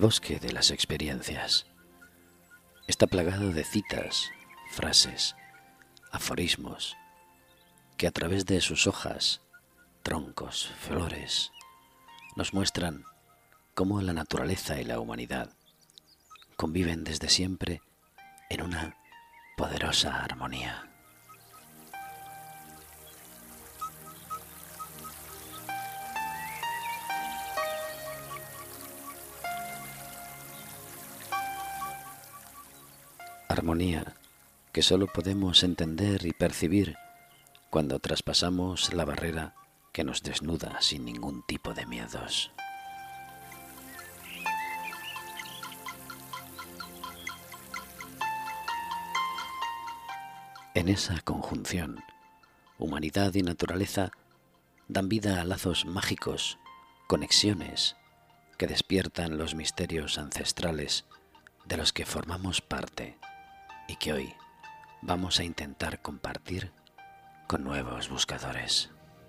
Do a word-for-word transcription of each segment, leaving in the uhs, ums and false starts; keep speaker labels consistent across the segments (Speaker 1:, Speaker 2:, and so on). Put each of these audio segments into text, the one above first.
Speaker 1: bosque de las experiencias está plagado de citas, frases, aforismos, que a través de sus hojas, troncos, flores, nos muestran cómo la naturaleza y la humanidad conviven desde siempre en una poderosa armonía. Armonía que solo podemos entender y percibir cuando traspasamos la barrera que nos desnuda sin ningún tipo de miedos. En esa conjunción, humanidad y naturaleza dan vida a lazos mágicos, conexiones que despiertan los misterios ancestrales de los que formamos parte y que hoy vamos a intentar compartir con nuevos buscadores.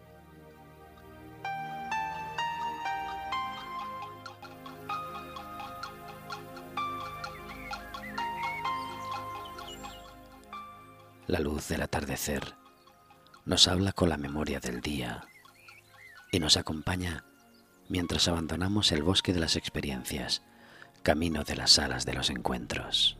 Speaker 1: La luz del atardecer nos habla con la memoria del día y nos acompaña mientras abandonamos el bosque de las experiencias, camino de las salas de los encuentros.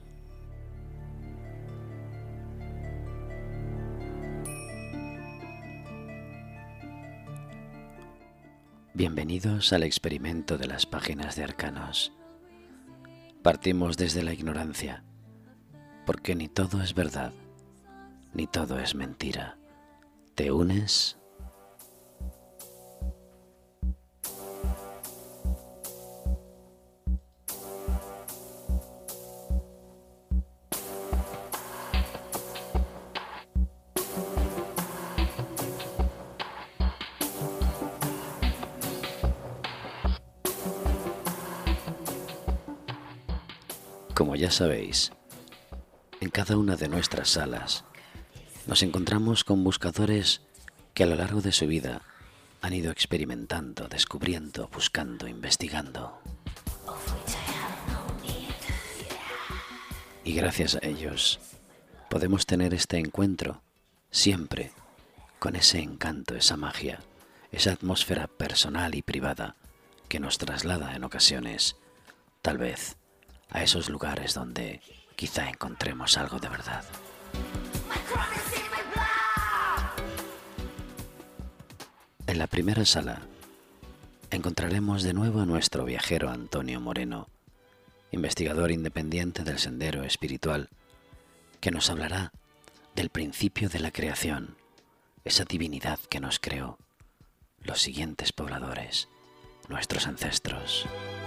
Speaker 1: Bienvenidos al experimento de las páginas de Arcanos. Partimos desde la ignorancia, porque ni todo es verdad, ni todo es mentira. ¿Te unes? Como ya sabéis, en cada una de nuestras salas nos encontramos con buscadores que a lo largo de su vida han ido experimentando, descubriendo, buscando, investigando. Y gracias a ellos podemos tener este encuentro siempre con ese encanto, esa magia, esa atmósfera personal y privada que nos traslada en ocasiones, tal vez, a esos lugares donde quizá encontremos algo de verdad. En la primera sala encontraremos de nuevo a nuestro viajero Antonio Moreno, investigador independiente del sendero espiritual, que nos hablará del principio de la creación, esa divinidad que nos creó, los siguientes pobladores, nuestros ancestros.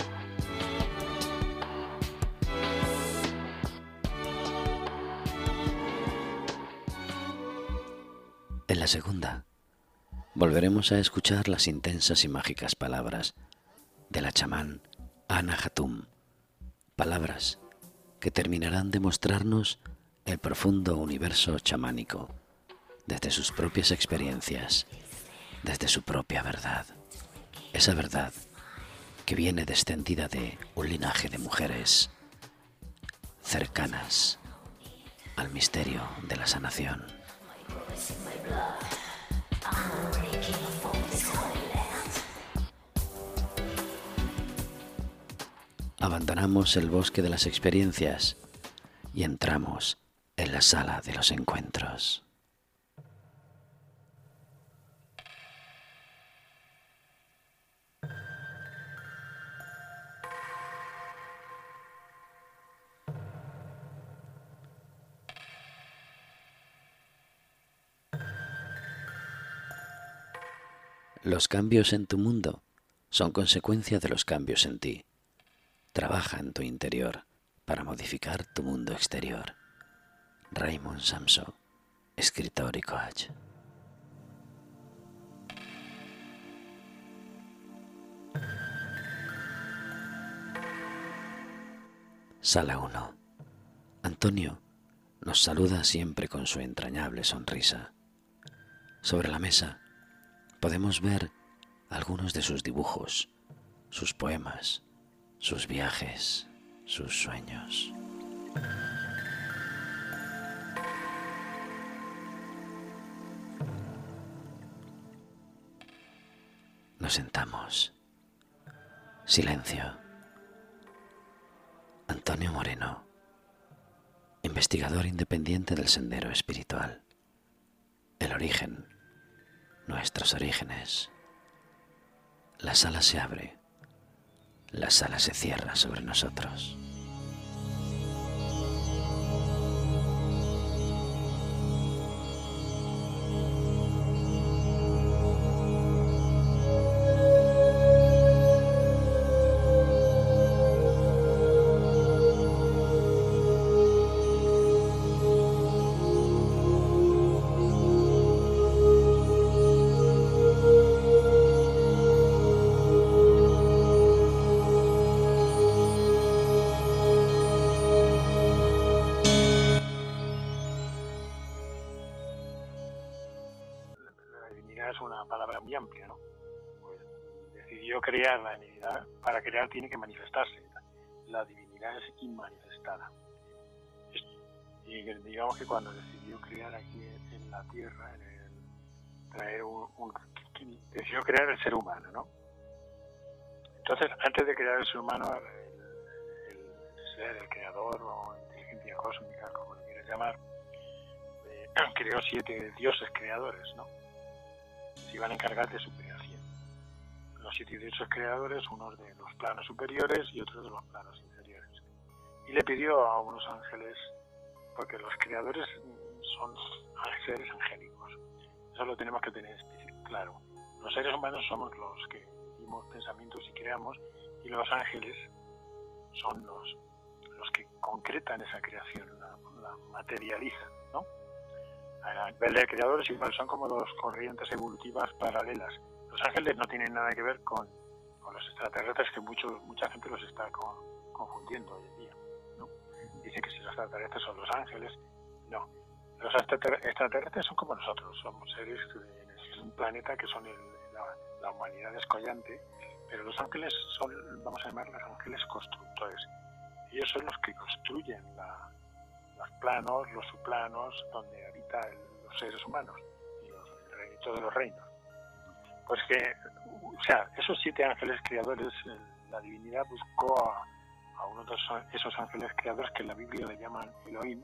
Speaker 1: En la segunda, volveremos a escuchar las intensas y mágicas palabras de la chamán Ana Hatum, palabras que terminarán de mostrarnos el profundo universo chamánico desde sus propias experiencias, desde su propia verdad, esa verdad que viene descendida de un linaje de mujeres cercanas al misterio de la sanación. Abandonamos el bosque de las experiencias y entramos en la sala de los encuentros. Los cambios en tu mundo son consecuencia de los cambios en ti. Trabaja en tu interior para modificar tu mundo exterior. Raymond Samso, escritor y coach. Sala uno. Antonio nos saluda siempre con su entrañable sonrisa. Sobre la mesa podemos ver algunos de sus dibujos, sus poemas, sus viajes, sus sueños. Nos sentamos. Silencio. Antonio Moreno, investigador independiente del sendero espiritual. El origen, nuestros orígenes. La sala se abre, la sala se cierra sobre nosotros.
Speaker 2: Es una palabra muy amplia, ¿no? Pues decidió crear la divinidad. Para crear tiene que manifestarse. La divinidad es inmanifestada. Y digamos que cuando decidió crear aquí en la Tierra, en el, traer un, un, decidió crear el ser humano, ¿no? Entonces, antes de crear el ser humano, el, el ser, el creador o inteligencia cósmica, como lo quieras llamar, eh, creó siete dioses creadores, ¿no? Se iban a encargar de su creación. Los siete dioses creadores, unos de los planos superiores y otros de los planos inferiores. Y le pidió a unos ángeles, porque los creadores son seres angélicos. Eso lo tenemos que tener claro. Los seres humanos somos los que dimos pensamientos y creamos, y los ángeles son los, los que concretan esa creación, la, la materializan, ¿no? A nivel de creadores igual son como dos corrientes evolutivas paralelas. Los ángeles no tienen nada que ver con, con los extraterrestres, que mucho, mucha gente los está con, confundiendo hoy en día, ¿no? Dice que si los extraterrestres son los ángeles, no. Los extraterrestres son como nosotros, somos seres en un planeta que son el, la, la humanidad descollante, pero los ángeles son, vamos a llamarlos ángeles constructores. Ellos son los que construyen la los planos, los subplanos, donde habitan los seres humanos y, los, y todos los reinos. Pues que, o sea, esos siete ángeles creadores, la divinidad buscó a, a uno de esos ángeles creadores que en la Biblia le llaman Elohim.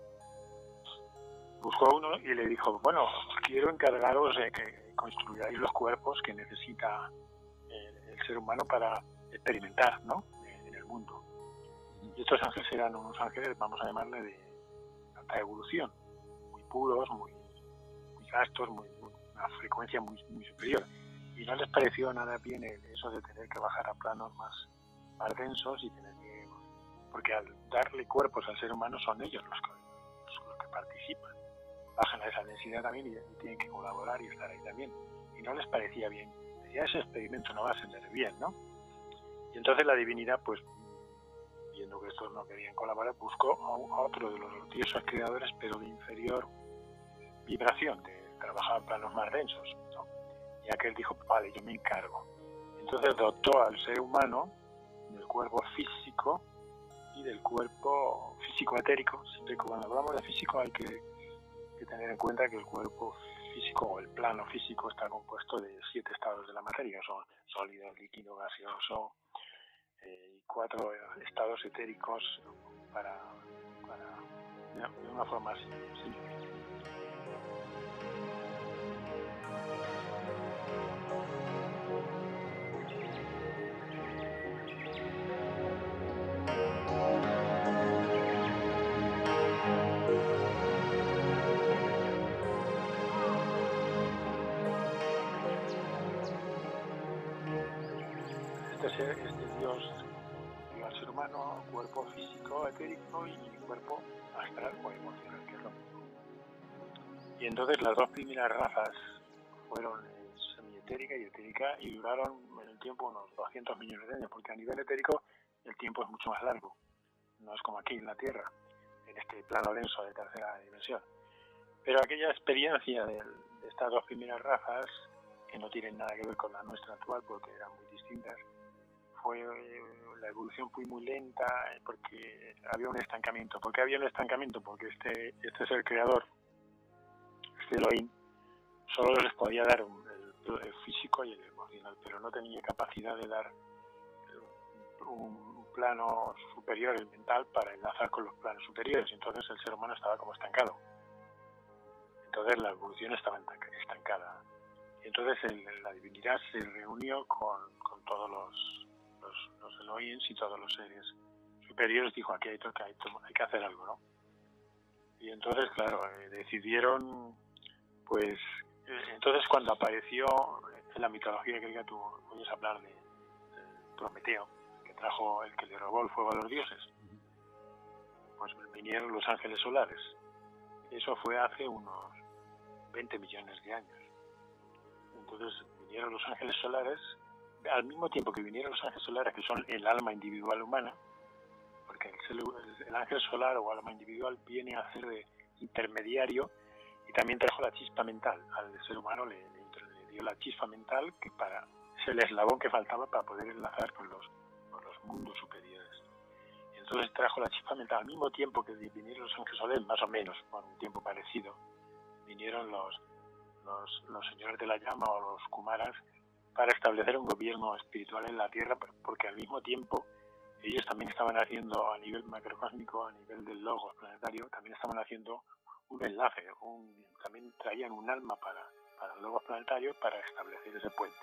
Speaker 2: Buscó a uno y le dijo, bueno, quiero encargaros de que construyáis los cuerpos que necesita el, el ser humano para experimentar, ¿no?, en, en el mundo. Y estos ángeles eran unos ángeles, vamos a llamarle, de alta evolución, muy puros, muy, muy vastos, muy, muy, una frecuencia muy, muy superior. Y no les pareció nada bien eso de tener que bajar a planos más, más densos y tener que... Porque al darle cuerpos al ser humano son ellos los que, los que participan. Bajan a esa densidad también y, y tienen que colaborar y estar ahí también. Y no les parecía bien. Decía, ese experimento no va a ser bien, ¿no? Y entonces la divinidad, pues, viendo que estos no querían colaborar, buscó a otro de los dioses creadores, pero de inferior vibración, de trabajar en planos más densos, ¿no? Y aquel dijo, vale, yo me encargo. Entonces dotó al ser humano del cuerpo físico y del cuerpo físico-etérico. Siempre que cuando hablamos de físico hay que, que tener en cuenta que el cuerpo físico o el plano físico está compuesto de siete estados de la materia, son sólido, líquido, gaseoso, y cuatro estados etéricos para, para de una forma así, simple. Este ser, este Dios dio al ser humano cuerpo físico, etérico y cuerpo astral o emocional, que es lo mismo. Y entonces las dos primeras razas fueron semietérica y etérica y duraron en el tiempo unos doscientos millones de años, porque a nivel etérico el tiempo es mucho más largo. No es como aquí en la Tierra, en este plano denso de tercera dimensión. Pero aquella experiencia de, de estas dos primeras razas, que no tienen nada que ver con la nuestra actual porque eran muy distintas, fue la evolución fue muy lenta porque había un estancamiento. ¿Por qué había un estancamiento? Porque este este ser creador, este Elohim, solo les podía dar un, el, el físico y el emocional, pero no tenía capacidad de dar un plano superior, el mental, para enlazar con los planos superiores. Entonces el ser humano estaba como estancado. Entonces la evolución estaba estancada. Entonces el, la divinidad se reunió con, con todos los, los, los Elohims y todos los seres superiores. Dijo, aquí hay, hay, hay que hacer algo, ¿no? Y entonces, claro, eh, decidieron, pues, eh, entonces cuando apareció en la mitología griega, tú oyes hablar de, de Prometeo, que trajo el que le robó el fuego a los dioses. Pues vinieron los ángeles solares. Eso fue hace unos veinte millones de años. Entonces vinieron los ángeles solares, al mismo tiempo que vinieron los ángeles solares, que son el alma individual humana, porque el, el ángel solar o alma individual viene a ser de intermediario, y también trajo la chispa mental. Al ser humano le, le, le dio la chispa mental, que para es el eslabón que faltaba para poder enlazar con los, con los mundos superiores. Entonces trajo la chispa mental al mismo tiempo que vinieron los ángeles solares, más o menos, por un tiempo parecido. Vinieron los Los, los señores de la llama o los kumaras para establecer un gobierno espiritual en la Tierra, porque al mismo tiempo ellos también estaban haciendo a nivel macrocósmico, a nivel del logos planetario, también estaban haciendo un enlace, un, también traían un alma para, para el logos planetario para establecer ese puente.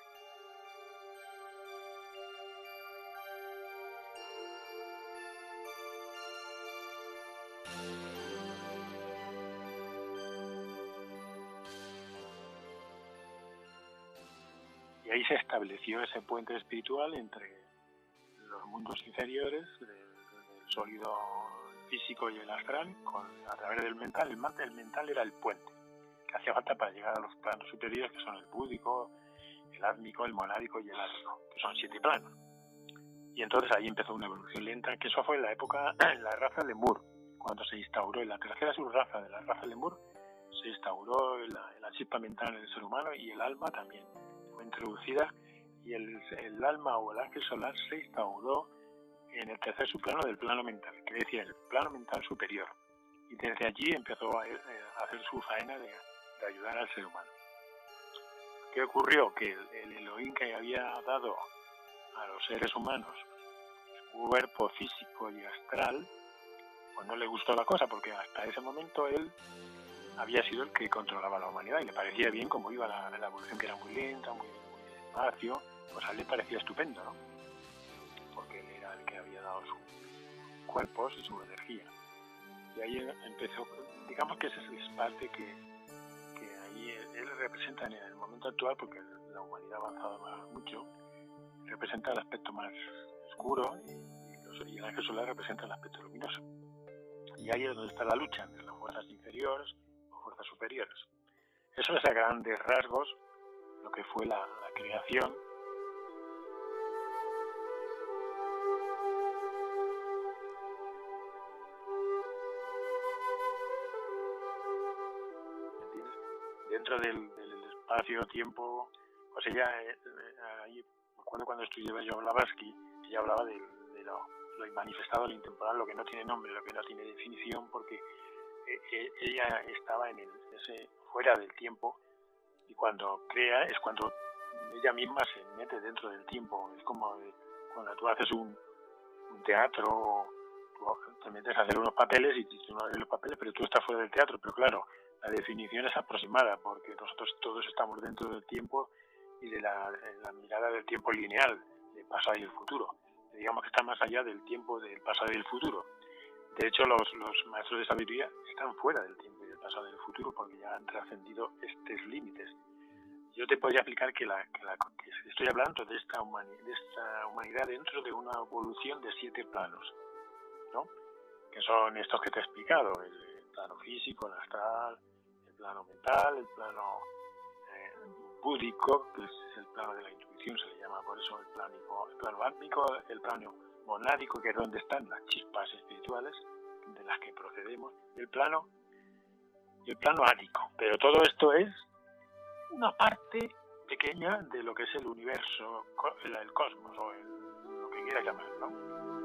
Speaker 2: Y ahí se estableció ese puente espiritual entre los mundos inferiores, del, del sólido físico y el astral, con, a través del mental. El, el mental era el puente que hacía falta para llegar a los planos superiores, que son el búdico, el átmico, el monádico y el ático, que son siete planos. Y entonces ahí empezó una evolución lenta, que eso fue en la época, en la raza Lemur, cuando se instauró en la tercera subraza de la raza Lemur, se instauró la, la chispa mental en el ser humano, y el alma también fue introducida, y el, el alma o el ángel solar se instauró en el tercer subplano del plano mental, que decía el plano mental superior, y desde allí empezó a, a hacer su faena de, de ayudar al ser humano. ¿Qué ocurrió? Que el, el Elohim que había dado a los seres humanos su cuerpo físico y astral, pues no le gustó la cosa, porque hasta ese momento él había sido el que controlaba la humanidad y le parecía bien como iba la, la evolución, que era muy lenta, muy, muy despacio. Pues a él le parecía estupendo, ¿no? Porque él era el que había dado sus cuerpos y su energía. Y ahí empezó, digamos que ese es parte que, que ahí él, él representa en el momento actual, porque la humanidad ha avanzado más, mucho, representa el aspecto más oscuro, y, y, los, y el ángel solar representa el aspecto luminoso. Y ahí es donde está la lucha entre las fuerzas inferiores o fuerzas superiores. Eso es a grandes rasgos lo que fue la, la creación. ¿Entiendes? Dentro del, del espacio-tiempo, pues ella, eh, ahí, me acuerdo cuando estudiaba yo Blavatsky, ella hablaba de, de lo, lo inmanifestado, lo intemporal, lo que no tiene nombre, lo que no tiene definición, porque eh, ella estaba en el, ese fuera del tiempo, y cuando crea es cuando ella misma se mete dentro del tiempo. Es como de, cuando tú haces un, un teatro, tú te metes a hacer unos papeles y tú no haces los papeles, pero tú estás fuera del teatro. Pero claro, la definición es aproximada, porque nosotros todos estamos dentro del tiempo y de la, la mirada del tiempo lineal, del pasado y el futuro. Digamos que está más allá del tiempo del pasado y del futuro. De hecho, los, los maestros de sabiduría están fuera del tiempo y del pasado y del futuro, porque ya han trascendido estos límites. Yo te podría explicar que, la, que, la, que estoy hablando de esta, humani, de esta humanidad dentro de una evolución de siete planos, ¿no? Que son estos que te he explicado: el, el plano físico, el astral, el plano mental, el plano eh, búdico, que es el plano de la intuición, se le llama por eso el plano, el plano átmico, el plano monádico, que es donde están las chispas espirituales de las que procedemos, y el plano, y el plano ático. Pero todo esto es una parte pequeña de lo que es el universo, el cosmos, o el, lo que quiera llamar, ¿no?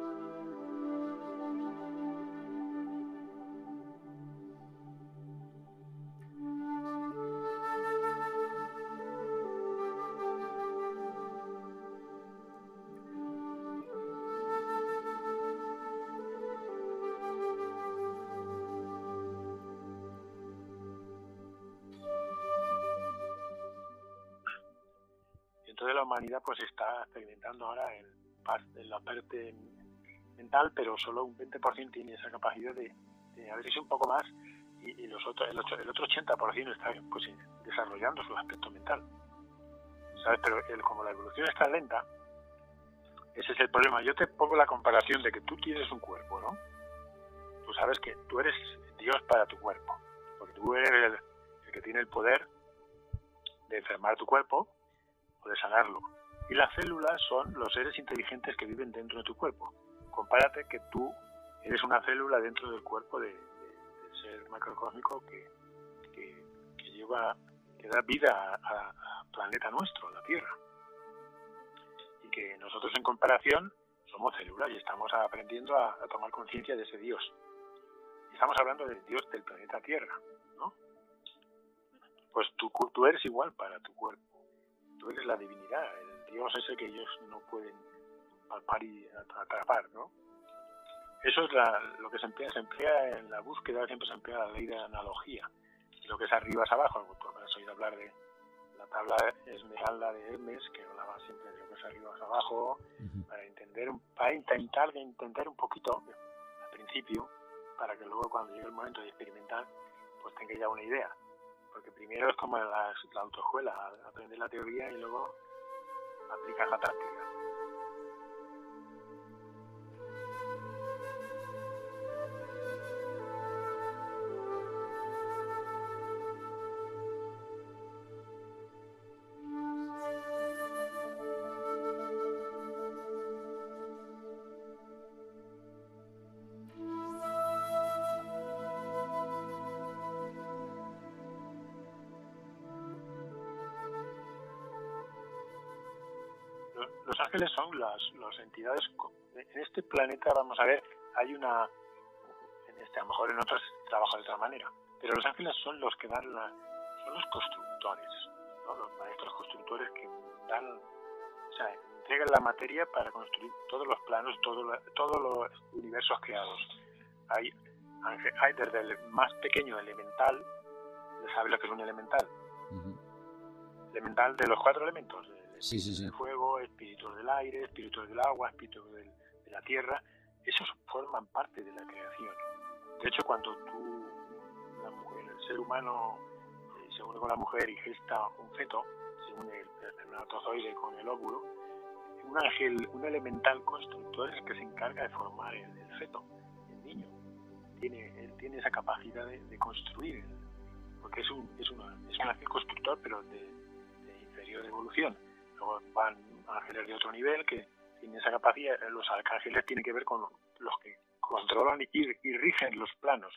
Speaker 2: Entonces la humanidad pues está experimentando ahora en, en la parte mental, pero solo un veinte por ciento tiene esa capacidad de, de abrirse un poco más y, y los otros, el, otro, el otro ochenta por ciento está pues, desarrollando su aspecto mental, ¿sabes? Pero el, como la evolución es tan lenta, ese es el problema. Yo te pongo la comparación de que tú tienes un cuerpo, ¿no? Tú sabes que tú eres Dios para tu cuerpo, porque tú eres el, el que tiene el poder de enfermar tu cuerpo o de sanarlo. Y las células son los seres inteligentes que viven dentro de tu cuerpo. Compárate que tú eres una célula dentro del cuerpo de, de, del ser macrocósmico que, que, que lleva, que da vida al planeta nuestro, a la Tierra. Y que nosotros en comparación somos células y estamos aprendiendo a, a tomar conciencia de ese Dios. Y estamos hablando del Dios del planeta Tierra, ¿no? Pues tú, tú eres igual para tu cuerpo. Tú eres la divinidad, el Dios ese que ellos no pueden palpar y atrapar, ¿no? Eso es la, lo que se emplea, se emplea en la búsqueda, siempre se emplea la ley de analogía. Y lo que es arriba es abajo, tú has oído hablar de la tabla esmeralda de Hermes, que hablaba siempre de lo que es arriba es abajo, uh-huh. para entender, para intentar de entender un poquito al principio, para que luego cuando llegue el momento de experimentar, pues tenga ya una idea. Porque primero es como en la, la autoescuela, aprender la teoría y luego aplicar la práctica. Los ángeles son las, las entidades. En este planeta, vamos a ver, hay una, en este, a lo mejor en otros trabaja de otra manera, pero los ángeles son los que dan la, son los constructores, ¿no? Los maestros constructores que dan, o sea, entregan la materia para construir todos los planos, todo, todos los universos creados. Hay, hay desde el más pequeño elemental, ¿sabe lo que es un elemental? Uh-huh. Elemental de los cuatro elementos.
Speaker 1: Sí, sí, sí.
Speaker 2: El fuego, espíritus del aire, espíritus del agua, espíritus del, de la tierra, esos forman parte de la creación. De hecho, cuando tú, la mujer, el ser humano eh, se une con la mujer y gesta un feto, se une el espermatozoide con el óvulo, un ángel, un elemental constructor es el que se encarga de formar el, el feto, el niño. Tiene, él tiene esa capacidad de, de construir, porque es un, es, una, es un ángel constructor, pero de, de inferior evolución. Luego van ángeles de otro nivel que tienen esa capacidad. Los arcángeles tienen que ver con los que controlan y, y rigen los planos.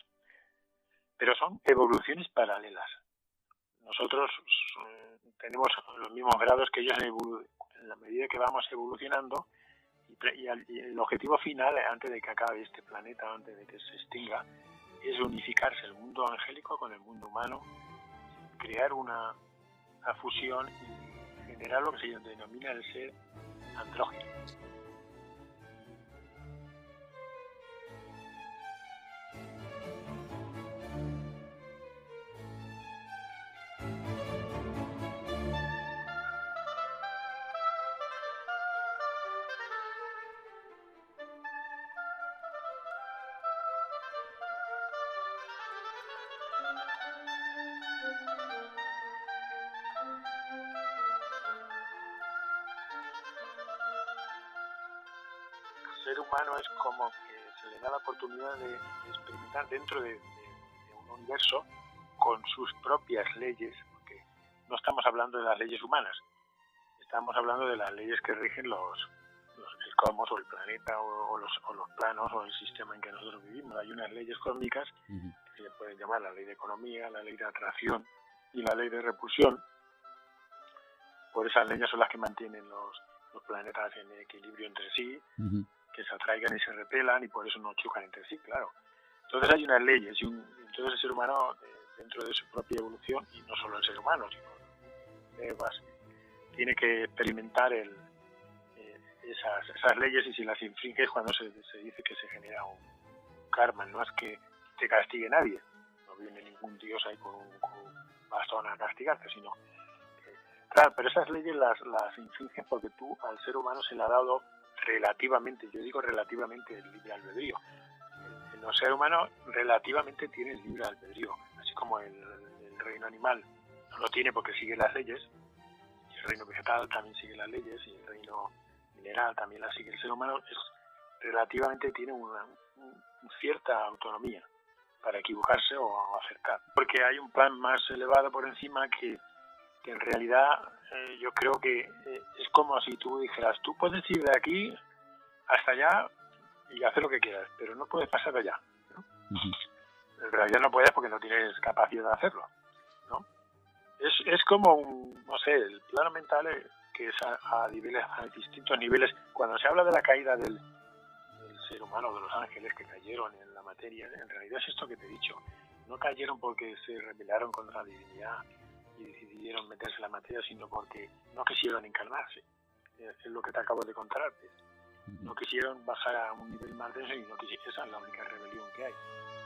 Speaker 2: Pero son evoluciones paralelas. Nosotros eh, tenemos los mismos grados que ellos en, evolu- en la medida que vamos evolucionando y, pre- y, al, y el objetivo final, antes de que acabe este planeta, antes de que se extinga, es unificarse el mundo angélico con el mundo humano, crear una, una fusión y generar lo que se denomina el ser andrógeno. El ser humano es como que se le da la oportunidad de, de experimentar dentro de, de, de un universo con sus propias leyes, porque no estamos hablando de las leyes humanas, estamos hablando de las leyes que rigen los, los el cosmos o el planeta o, o, los, o los planos o el sistema en que nosotros vivimos. Hay unas leyes cósmicas uh-huh. que se pueden llamar la ley de economía, la ley de atracción y la ley de repulsión. Por esas leyes son las que mantienen los los planetas en equilibrio entre sí,
Speaker 1: uh-huh.
Speaker 2: que se atraigan y se repelan y por eso no chocan entre sí, claro. Entonces hay unas leyes y un, entonces el ser humano, eh, dentro de su propia evolución, y no solo el ser humano, sino Evas, tiene que experimentar el, eh, esas, esas leyes, y si las infringes, cuando se, se dice que se genera un karma, no es que te castigue nadie, no viene ningún dios ahí con un, con un bastón a castigarte, sino que, claro, pero esas leyes las, las infringes porque tú al ser humano se le ha dado relativamente, yo digo relativamente, el libre albedrío. El, el ser humano relativamente tiene el libre albedrío, así como el, el reino animal no lo tiene porque sigue las leyes, y el reino vegetal también sigue las leyes, y el reino mineral también las sigue. El ser humano es, relativamente tiene una, una cierta autonomía para equivocarse o acertar, porque hay un plan más elevado por encima que, que en realidad eh, yo creo que eh, es como si tú dijeras, tú puedes ir de aquí hasta allá y hacer lo que quieras, pero no puedes pasar de allá, ¿no? Uh-huh. En realidad no puedes porque no tienes capacidad de hacerlo, ¿no? Es, es como un, no sé, el plano mental que es a, a niveles, a distintos niveles. Cuando se habla de la caída del, del ser humano, de los ángeles que cayeron en la materia, en realidad es esto que te he dicho. No cayeron porque se rebelaron contra la divinidad y decidieron meterse en la materia, sino porque no quisieron encarnarse. Es lo que te acabo de contar. No quisieron bajar a un nivel más denso y no quisieron. Esa es la única rebelión que hay.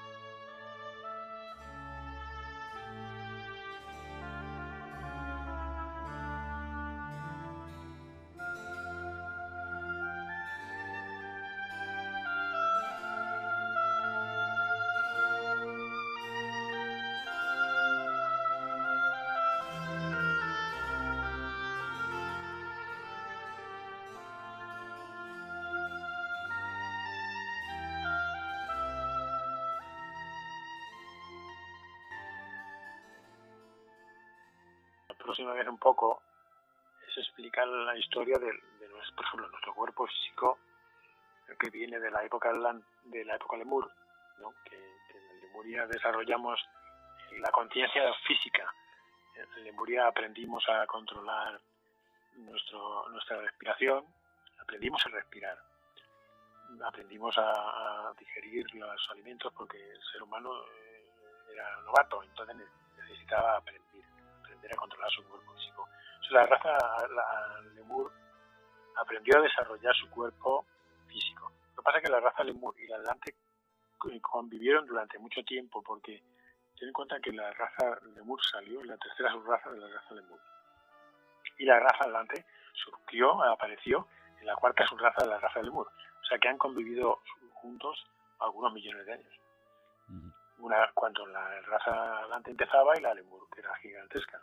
Speaker 2: La próxima vez un poco es explicar la historia de, de nuestro, por ejemplo, nuestro cuerpo físico, que viene de la época de la época Lemur, ¿no? que, que en Lemuria desarrollamos la conciencia física. En Lemuria aprendimos a controlar nuestro, nuestra respiración, aprendimos a respirar, aprendimos a, a digerir los alimentos porque el ser humano era novato, entonces necesitaba aprender. a controlar su cuerpo físico. O sea, la raza la Lemur aprendió a desarrollar su cuerpo físico. Lo que pasa es que la raza Lemur y la Atlante convivieron durante mucho tiempo, porque ten en cuenta que la raza Lemur salió en la tercera subraza de la raza Lemur. Y la raza Atlante surgió, apareció en la cuarta subraza de la raza Lemur. O sea, que han convivido juntos algunos millones de años. Uh-huh. Una, cuando la raza Atlante empezaba y la Lemur, que era gigantesca.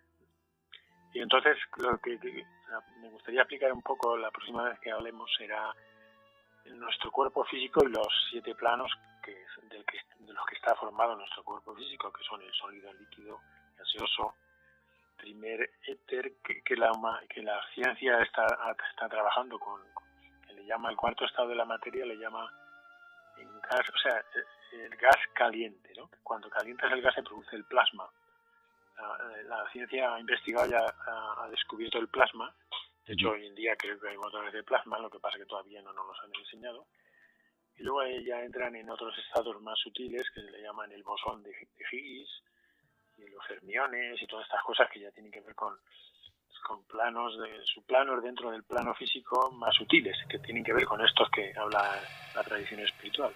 Speaker 2: Y entonces lo que, que me gustaría explicar un poco la próxima vez que hablemos será nuestro cuerpo físico y los siete planos que, del que, de los que está formado nuestro cuerpo físico, que son el sólido, el líquido, gaseoso, primer éter, que, que, la, que la ciencia está, está trabajando con, que le llama el cuarto estado de la materia, le llama en gas, o sea, el gas caliente, ¿no? Cuando calientas el gas se produce el plasma. La, la ciencia ha investigado, ya ha, ha descubierto el plasma. De hecho, hoy en día creo que hay motores de plasma, lo que pasa es que todavía no nos los han enseñado. Y luego ya entran en otros estados más sutiles que le llaman el bosón de, de Higgs y los fermiones y todas estas cosas que ya tienen que ver con, con planos, de subplanos dentro del plano físico más sutiles, que tienen que ver con estos que habla la tradición espiritual.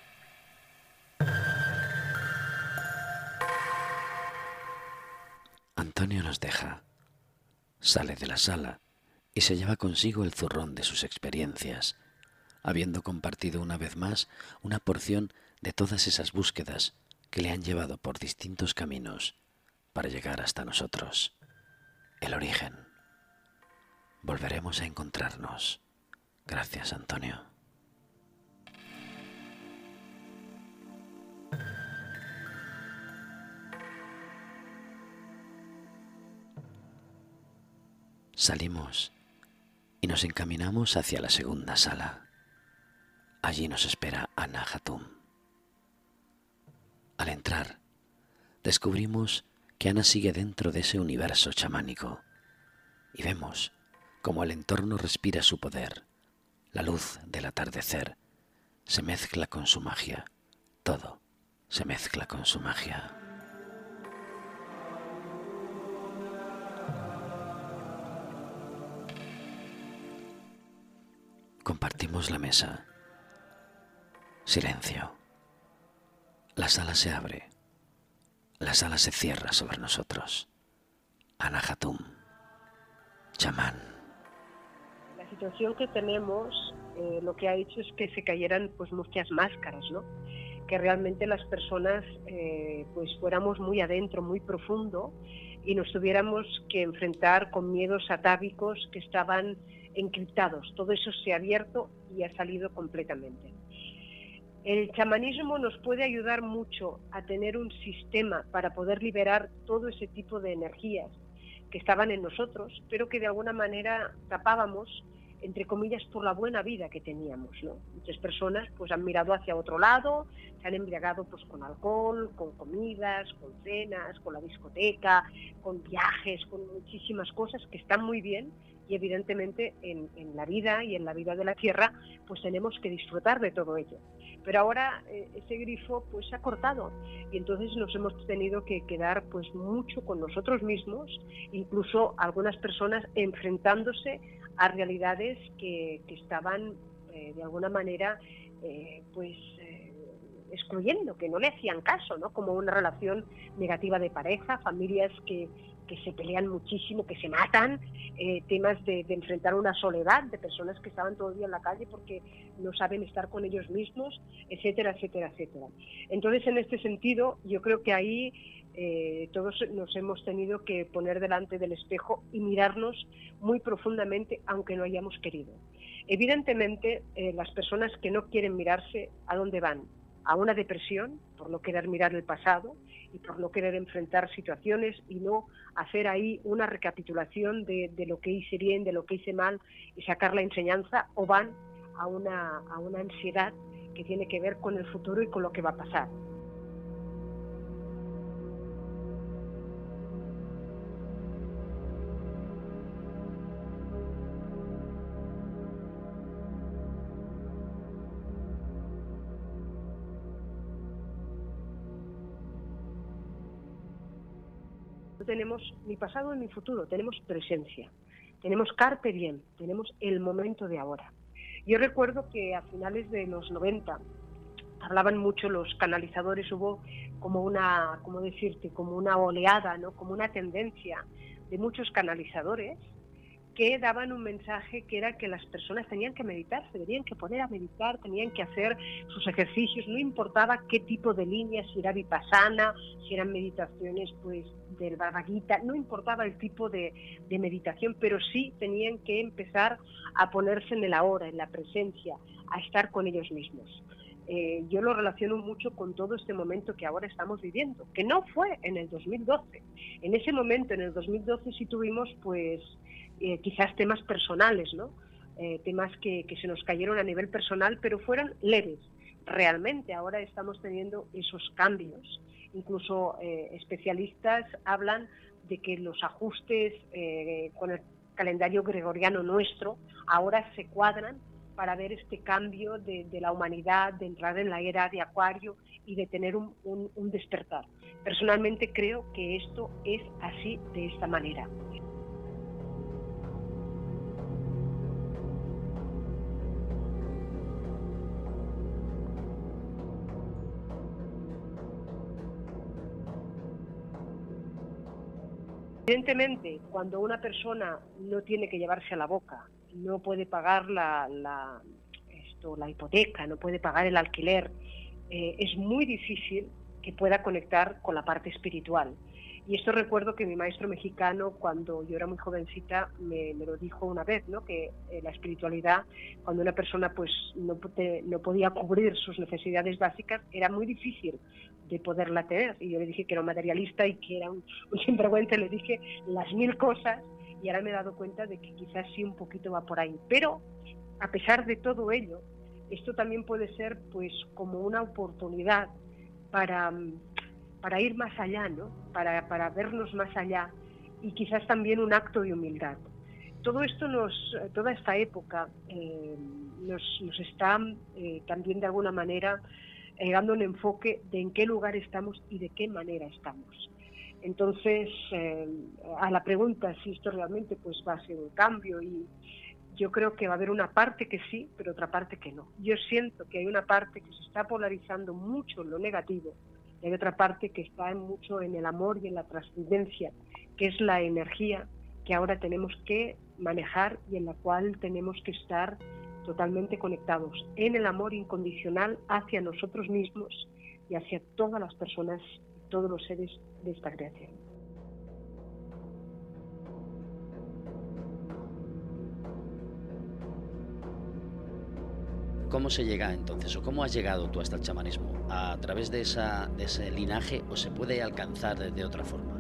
Speaker 1: Antonio nos deja, sale de la sala y se lleva consigo el zurrón de sus experiencias, habiendo compartido una vez más una porción de todas esas búsquedas que le han llevado por distintos caminos para llegar hasta nosotros. El origen. Volveremos a encontrarnos. Gracias, Antonio. Salimos y nos encaminamos hacia la segunda sala. Allí nos espera Anahatum. Al entrar, descubrimos que Ana sigue dentro de ese universo chamánico y vemos como el entorno respira su poder, la luz del atardecer se mezcla con su magia, todo se mezcla con su magia. Compartimos la mesa. Silencio. La sala se abre. La sala se cierra sobre nosotros. Anahatum, chamán.
Speaker 3: La situación que tenemos eh, lo que ha hecho es que se cayeran pues muchas máscaras, ¿no? Que realmente las personas eh, pues fuéramos muy adentro, muy profundo y nos tuviéramos que enfrentar con miedos atávicos que estaban encriptados. Todo eso se ha abierto y ha salido completamente. El chamanismo nos puede ayudar mucho a tener un sistema para poder liberar todo ese tipo de energías que estaban en nosotros, pero que de alguna manera tapábamos, entre comillas, por la buena vida que teníamos, ¿no? Muchas personas pues han mirado hacia otro lado, se han embriagado pues con alcohol, con comidas, con cenas, con la discoteca, con viajes, con muchísimas cosas que están muy bien y evidentemente en, en la vida y en la vida de la tierra pues tenemos que disfrutar de todo ello. Pero ahora eh, ese grifo pues se ha cortado y entonces nos hemos tenido que quedar pues mucho con nosotros mismos, incluso algunas personas enfrentándose a realidades que, que estaban eh, de alguna manera eh, pues eh, excluyendo, que no le hacían caso, ¿no? Como una relación negativa de pareja, familias que, que se pelean muchísimo, que se matan, eh, temas de, de enfrentar una soledad, de personas que estaban todo el día en la calle porque no saben estar con ellos mismos, etcétera, etcétera, etcétera. Entonces, en este sentido, yo creo que ahí eh, todos nos hemos tenido que poner delante del espejo y mirarnos muy profundamente, aunque no hayamos querido. Evidentemente, eh, las personas que no quieren mirarse, ¿a dónde van? A una depresión, por no querer mirar el pasado y por no querer enfrentar situaciones y no hacer ahí una recapitulación de, de lo que hice bien, de lo que hice mal y sacar la enseñanza, o van a una, a una ansiedad que tiene que ver con el futuro y con lo que va a pasar. No tenemos ni pasado ni futuro, tenemos presencia, tenemos carpe diem, tenemos el momento de ahora. Yo recuerdo que a finales de los noventa hablaban mucho los canalizadores, hubo como una, ¿cómo decirte?, como una oleada, ¿no?, como una tendencia de muchos canalizadores que daban un mensaje que era que las personas tenían que meditar, se tenían que poner a meditar, tenían que hacer sus ejercicios, no importaba qué tipo de líneas, si era vipassana, si eran meditaciones pues del Bhagavad Gita, no importaba el tipo de, de meditación, pero sí tenían que empezar a ponerse en el ahora, en la presencia, a estar con ellos mismos. Eh, yo lo relaciono mucho con todo este momento que ahora estamos viviendo, que no fue en el dos mil doce. En ese momento, en el dos mil doce, sí tuvimos pues eh, quizás temas personales, ¿no? Eh, temas que, que se nos cayeron a nivel personal, pero fueron leves. Realmente ahora estamos teniendo esos cambios. Incluso eh, especialistas hablan de que los ajustes eh, con el calendario gregoriano nuestro ahora se cuadran para ver este cambio de, de la humanidad, de entrar en la era de Acuario y de tener un, un, un despertar. Personalmente creo que esto es así, de esta manera. Evidentemente, cuando una persona no tiene que llevarse a la boca, no puede pagar la, la, esto, la hipoteca, no puede pagar el alquiler, eh, es muy difícil que pueda conectar con la parte espiritual. Y esto recuerdo que mi maestro mexicano, cuando yo era muy jovencita, me, me lo dijo una vez, ¿no? Que eh, la espiritualidad, cuando una persona pues no, te, no podía cubrir sus necesidades básicas, era muy difícil de poderla tener. Y yo le dije que era un materialista y que era un, un sinvergüenza, le dije las mil cosas, y ahora me he dado cuenta de que quizás sí un poquito va por ahí. Pero, a pesar de todo ello, esto también puede ser pues como una oportunidad para, para ir más allá, ¿no? Para, para vernos más allá, y quizás también un acto de humildad. todo esto nos, toda esta época eh, nos, nos está eh, también de alguna manera eh, dando un enfoque de en qué lugar estamos y de qué manera estamos. Entonces, eh, a la pregunta si esto realmente pues va a ser un cambio, y yo creo que va a haber una parte que sí, pero otra parte que no. Yo siento que hay una parte que se está polarizando mucho en lo negativo y hay otra parte que está mucho en el amor y en la trascendencia, que es la energía que ahora tenemos que manejar y en la cual tenemos que estar totalmente conectados en el amor incondicional hacia nosotros mismos y hacia todas las personas, todos los seres de esta creación.
Speaker 1: ¿Cómo se llega entonces, o cómo has llegado tú hasta el chamanismo? ¿A través de, esa, de ese linaje, o se puede alcanzar de, de otra forma?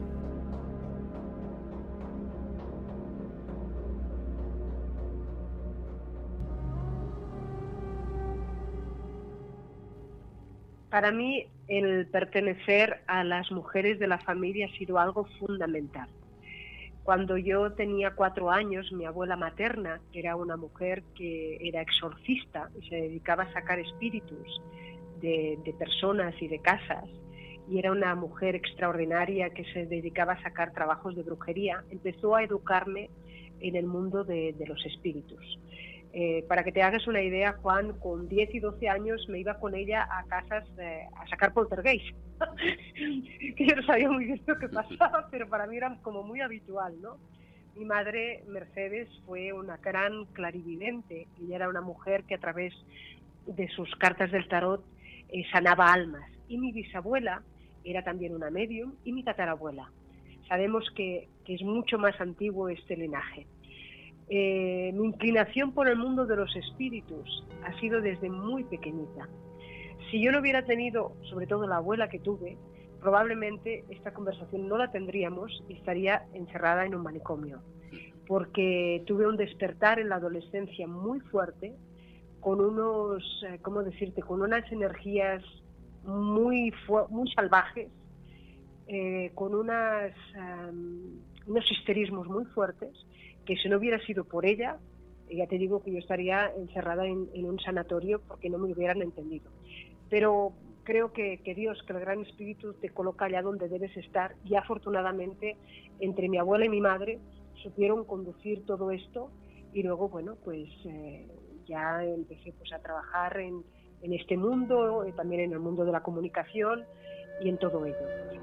Speaker 3: Para mí, el pertenecer a las mujeres de la familia ha sido algo fundamental. Cuando yo tenía cuatro años, mi abuela materna, que era una mujer que era exorcista y se dedicaba a sacar espíritus de, de personas y de casas, y era una mujer extraordinaria que se dedicaba a sacar trabajos de brujería, empezó a educarme en el mundo de, de los espíritus. Eh, para que te hagas una idea, Juan, con diez y doce años me iba con ella a casas eh, a sacar poltergeist. Que yo no sabía muy bien lo que pasaba, pero para mí era como muy habitual, ¿no? Mi madre, Mercedes, fue una gran clarividente. Ella era una mujer que a través de sus cartas del tarot eh, sanaba almas. Y mi bisabuela era también una medium, y mi tatarabuela. Sabemos que, que es mucho más antiguo este linaje. Eh, mi inclinación por el mundo de los espíritus ha sido desde muy pequeñita. Si yo no hubiera tenido, sobre todo la abuela que tuve, probablemente esta conversación no la tendríamos y estaría encerrada en un manicomio, porque tuve un despertar en la adolescencia muy fuerte, con unos, ¿cómo decirte?, con unas energías muy, muy salvajes, eh, con unas, um, unos histerismos muy fuertes, que si no hubiera sido por ella, ya te digo que yo estaría encerrada en, en un sanatorio porque no me hubieran entendido. Pero creo que, que Dios, que el Gran Espíritu te coloca allá donde debes estar, y afortunadamente entre mi abuela y mi madre supieron conducir todo esto, y luego, bueno, pues eh, ya empecé pues a trabajar en, en este mundo, eh, también en el mundo de la comunicación y en todo ello.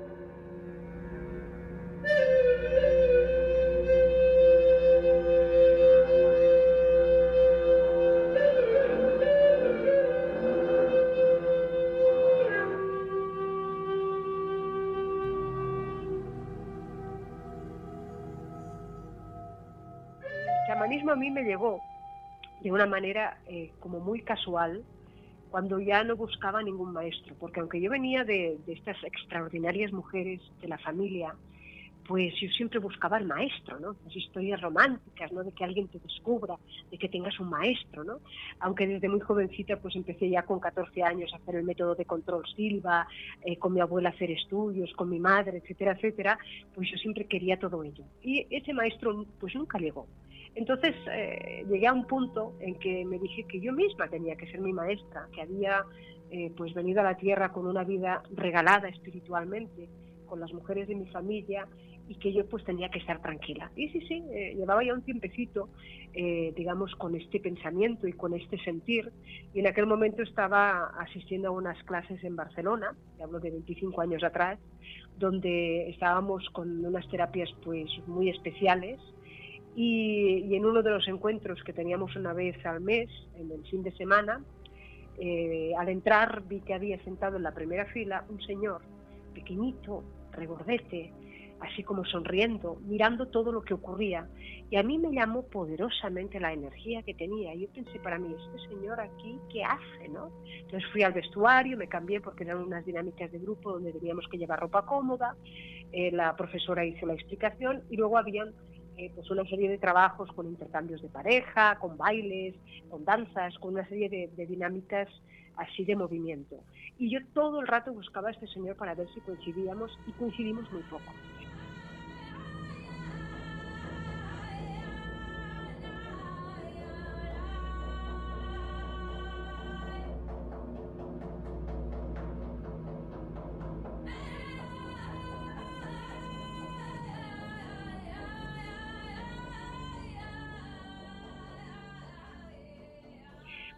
Speaker 3: El chamanismo a mí me llegó de una manera eh, como muy casual, cuando ya no buscaba ningún maestro, porque aunque yo venía de, de estas extraordinarias mujeres de la familia, pues yo siempre buscaba el maestro, ¿no? Las historias románticas, ¿no? De que alguien te descubra, de que tengas un maestro, ¿no? Aunque desde muy jovencita pues empecé ya con catorce años a hacer el método de control Silva, eh, con mi abuela a hacer estudios, con mi madre, etcétera, etcétera, pues yo siempre quería todo ello. Y ese maestro pues nunca llegó. Entonces eh, llegué a un punto en que me dije que yo misma tenía que ser mi maestra, que había eh, pues venido a la tierra con una vida regalada espiritualmente, con las mujeres de mi familia, y que yo pues tenía que estar tranquila. Y sí, sí, eh, llevaba ya un tiempecito, eh, digamos, con este pensamiento y con este sentir, y en aquel momento estaba asistiendo a unas clases en Barcelona, te hablo de veinticinco años atrás, donde estábamos con unas terapias pues muy especiales, y, y en uno de los encuentros que teníamos una vez al mes, en el fin de semana, eh, al entrar vi que había sentado en la primera fila un señor pequeñito, regordete, así como sonriendo, mirando todo lo que ocurría, y a mí me llamó poderosamente la energía que tenía. Yo pensé para mí, este señor aquí, ¿qué hace?, ¿no? Entonces fui al vestuario, me cambié porque eran unas dinámicas de grupo donde teníamos que llevar ropa cómoda, eh, la profesora hizo la explicación, y luego habían eh, pues una serie de trabajos con intercambios de pareja, con bailes, con danzas, con una serie de, de dinámicas así de movimiento. Y yo todo el rato buscaba a este señor para ver si coincidíamos, y coincidimos muy poco.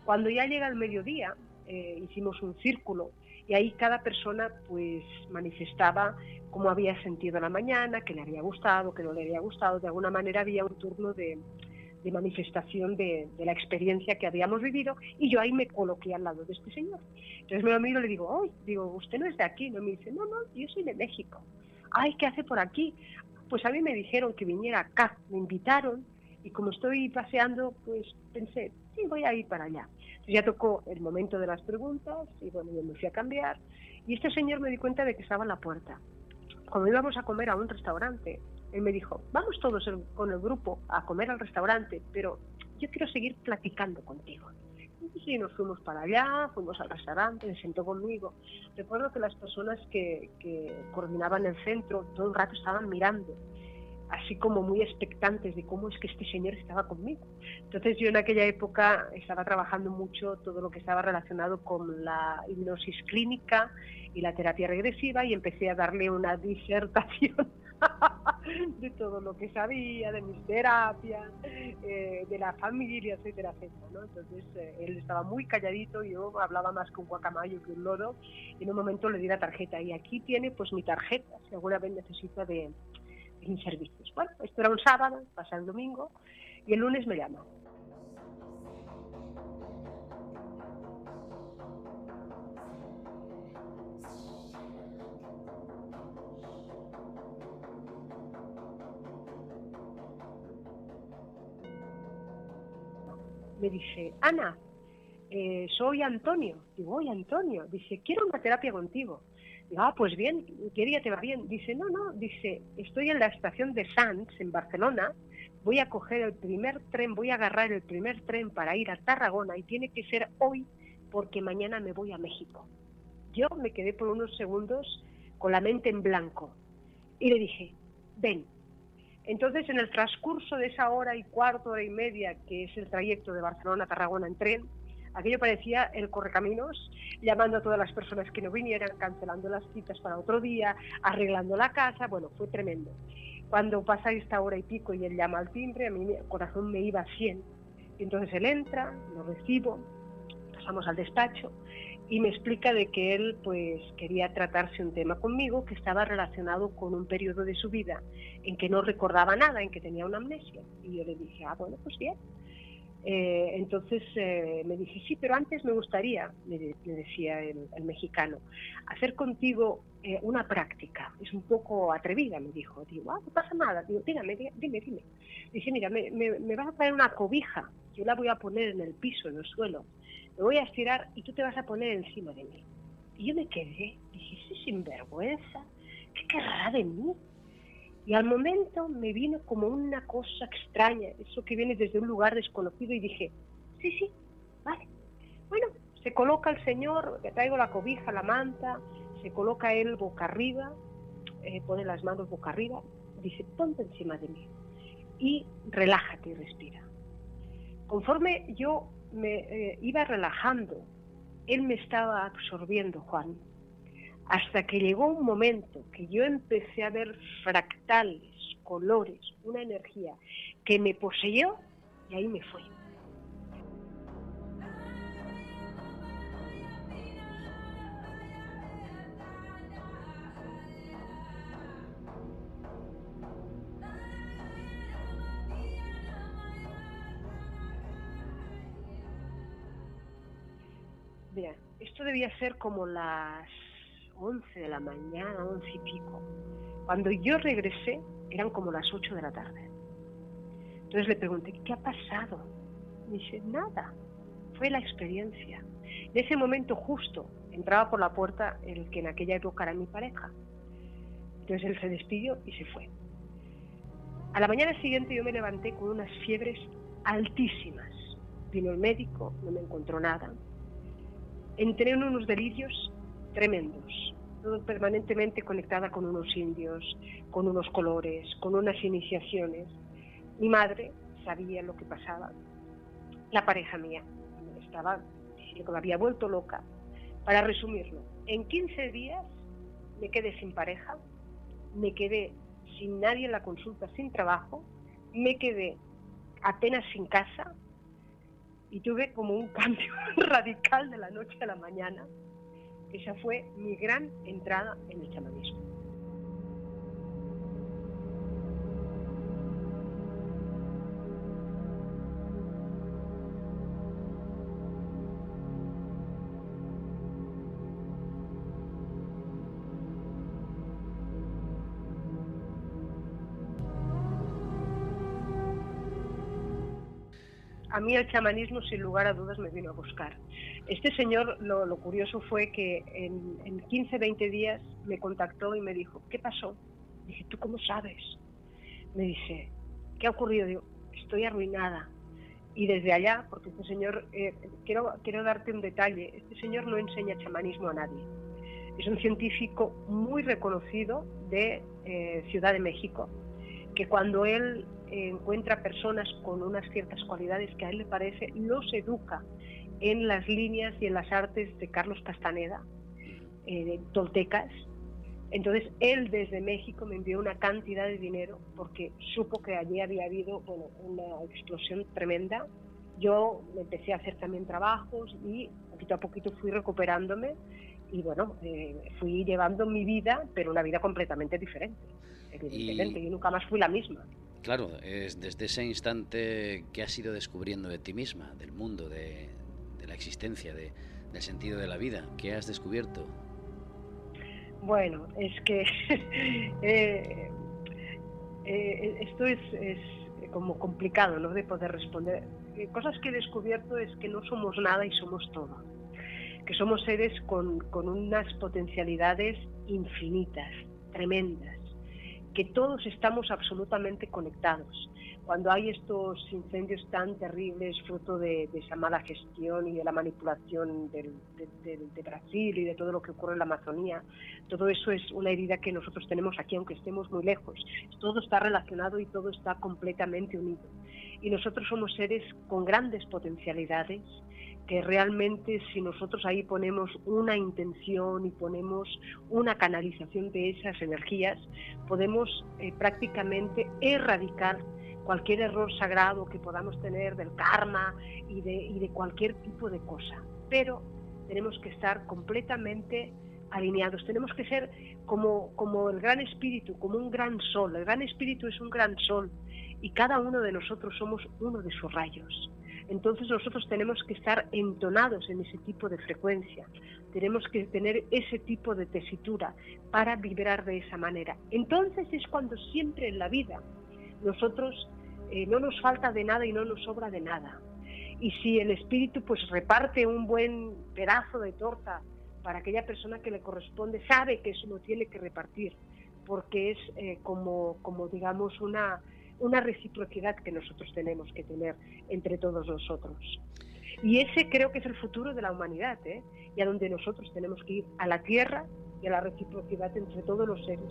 Speaker 3: Cuando ya llega el mediodía, eh, hicimos un círculo y ahí cada persona pues manifestaba cómo había sentido la mañana, que le había gustado, que no le había gustado. De alguna manera había un turno de, de manifestación de, de la experiencia que habíamos vivido, y yo ahí me coloqué al lado de este señor. Entonces me lo miro y le digo, ¡ay! Digo, usted no es de aquí, ¿no? Me dice, no, no, yo soy de México. ¡Ay, qué hace por aquí! Pues a mí me dijeron que viniera acá, me invitaron, y como estoy paseando, pues pensé, sí, voy a ir para allá. Entonces ya tocó el momento de las preguntas, y bueno, yo me fui a cambiar, y este señor me di cuenta de que estaba en la puerta. Cuando íbamos a comer a un restaurante, él me dijo, vamos todos el, con el grupo a comer al restaurante, pero yo quiero seguir platicando contigo. Y sí, nos fuimos para allá, fuimos al restaurante, se sentó conmigo. Recuerdo que las personas que, que coordinaban el centro todo el rato estaban mirando, así como muy expectantes de cómo es que este señor estaba conmigo. Entonces yo en aquella época estaba trabajando mucho todo lo que estaba relacionado con la hipnosis clínica y la terapia regresiva, y empecé a darle una disertación de todo lo que sabía, de mis terapias, eh, de la familia, etcétera, etcétera, ¿no? Entonces eh, él estaba muy calladito, yo hablaba más que un guacamayo que un loro, y en un momento le di la tarjeta, y aquí tiene pues mi tarjeta, si alguna vez necesita de mis servicios. Bueno, esto era un sábado, pasa el domingo, y el lunes me llama. Me dice, Ana, eh, soy Antonio. Digo, oye, Antonio. Dice, quiero una terapia contigo. Digo, ah, pues bien, ¿qué día te va bien? Dice, no, no, dice, estoy en la estación de Sants, en Barcelona, voy a coger el primer tren, voy a agarrar el primer tren para ir a Tarragona, y tiene que ser hoy porque mañana me voy a México. Yo me quedé por unos segundos con la mente en blanco y le dije, ven. Entonces, en el transcurso de esa hora y cuarto, hora y media, que es el trayecto de Barcelona a Tarragona en tren, aquello parecía el correcaminos, llamando a todas las personas que no vinieran, cancelando las citas para otro día, arreglando la casa. Bueno, fue tremendo. Cuando pasa esta hora y pico y él llama al timbre, a mí el corazón me iba a cien. Y entonces él entra, lo recibo, pasamos al despacho, y me explica de que él pues quería tratarse un tema conmigo que estaba relacionado con un periodo de su vida en que no recordaba nada, en que tenía una amnesia. Y yo le dije, ah, bueno, pues bien. Eh, entonces eh, me dije, sí, pero antes me gustaría, me, de, me decía el, el mexicano, hacer contigo eh, una práctica. Es un poco atrevida, me dijo. Digo, ah, no pasa nada. Digo, dígame, dime, dime. Dice, mira, me, me, me vas a traer una cobija, yo la voy a poner en el piso, en el suelo, me voy a estirar y tú te vas a poner encima de mí. Y yo me quedé, dije, sí, sinvergüenza, ¿qué querrá de mí? Y al momento me vino como una cosa extraña, eso que viene desde un lugar desconocido, y dije, sí, sí, vale. Bueno, se coloca el señor, le traigo la cobija, la manta, se coloca él boca arriba, eh, pone las manos boca arriba, dice, ponte encima de mí y relájate y respira. Conforme yo me eh, iba relajando, él me estaba absorbiendo, Juan, hasta que llegó un momento que yo empecé a ver fractales, colores, una energía que me poseyó, y ahí me fui. Mira, esto debía ser como las once de la mañana, once y pico. Cuando yo regresé, eran como las ocho de la tarde. Entonces le pregunté, ¿qué ha pasado? Me dice, nada, fue la experiencia. En ese momento justo entraba por la puerta el que en aquella época era mi pareja. Entonces él se despidió y se fue. A la mañana siguiente yo me levanté con unas fiebres altísimas. Vino el médico, no me encontró nada. Entré en unos delirios tremendos, todo permanentemente conectada con unos indios, con unos colores, con unas iniciaciones. Mi madre sabía lo que pasaba. La pareja mía me estaba diciendo que me había vuelto loca. Para resumirlo, en quince días me quedé sin pareja, me quedé sin nadie en la consulta, sin trabajo, me quedé apenas sin casa, y tuve como un cambio radical de la noche a la mañana. Esa fue mi gran entrada en el chamanismo. A mí el chamanismo, sin lugar a dudas, me vino a buscar. Este señor, lo, lo curioso fue que en, en quince, veinte días me contactó y me dijo, ¿qué pasó? Dije, ¿tú cómo sabes? Me dice, ¿qué ha ocurrido? Digo, estoy arruinada. Y desde allá, porque este señor, eh, quiero, quiero darte un detalle, este señor no enseña chamanismo a nadie. Es un científico muy reconocido de eh, Ciudad de México, que cuando él encuentra personas con unas ciertas cualidades que a él le parece, los educa en las líneas y en las artes de Carlos Castaneda, eh, toltecas. Entonces él desde México me envió una cantidad de dinero porque supo que allí había habido, bueno, una explosión tremenda. Yo empecé a hacer también trabajos y poquito a poquito fui recuperándome y bueno, eh, fui llevando mi vida, pero una vida completamente diferente, evidentemente. Y... yo nunca más fui la misma.
Speaker 1: Claro, es desde ese instante que has ido descubriendo de ti misma, del mundo, de, de la existencia, de, del sentido de la vida. ¿Qué has descubierto?
Speaker 3: Bueno, es que eh, eh, esto es, es como complicado, ¿no?, de poder responder. Eh, cosas que he descubierto es que no somos nada y somos todo. Que somos seres con, con unas potencialidades infinitas, tremendas. Que todos estamos absolutamente conectados. Cuando hay estos incendios tan terribles, fruto de, de esa mala gestión y de la manipulación del, de, de, de Brasil y de todo lo que ocurre en la Amazonía, todo eso es una herida que nosotros tenemos aquí, aunque estemos muy lejos. Todo está relacionado y todo está completamente unido. Y nosotros somos seres con grandes potencialidades, que realmente si nosotros ahí ponemos una intención y ponemos una canalización de esas energías, podemos eh, prácticamente erradicar cualquier error sagrado que podamos tener del karma y de, y de cualquier tipo de cosa. Pero tenemos que estar completamente alineados, tenemos que ser como, como el gran espíritu, como un gran sol. El gran espíritu es un gran sol y cada uno de nosotros somos uno de sus rayos. Entonces nosotros tenemos que estar entonados en ese tipo de frecuencia, tenemos que tener ese tipo de tesitura para vibrar de esa manera. Entonces es cuando siempre en la vida nosotros eh, no nos falta de nada y no nos sobra de nada. Y si el espíritu pues reparte un buen pedazo de torta para aquella persona que le corresponde, sabe que eso lo tiene que repartir, porque es eh, como, como digamos una... una reciprocidad que nosotros tenemos que tener entre todos nosotros. Y ese creo que es el futuro de la humanidad, ¿eh? Y a donde nosotros tenemos que ir, a la tierra y a la reciprocidad entre todos los seres.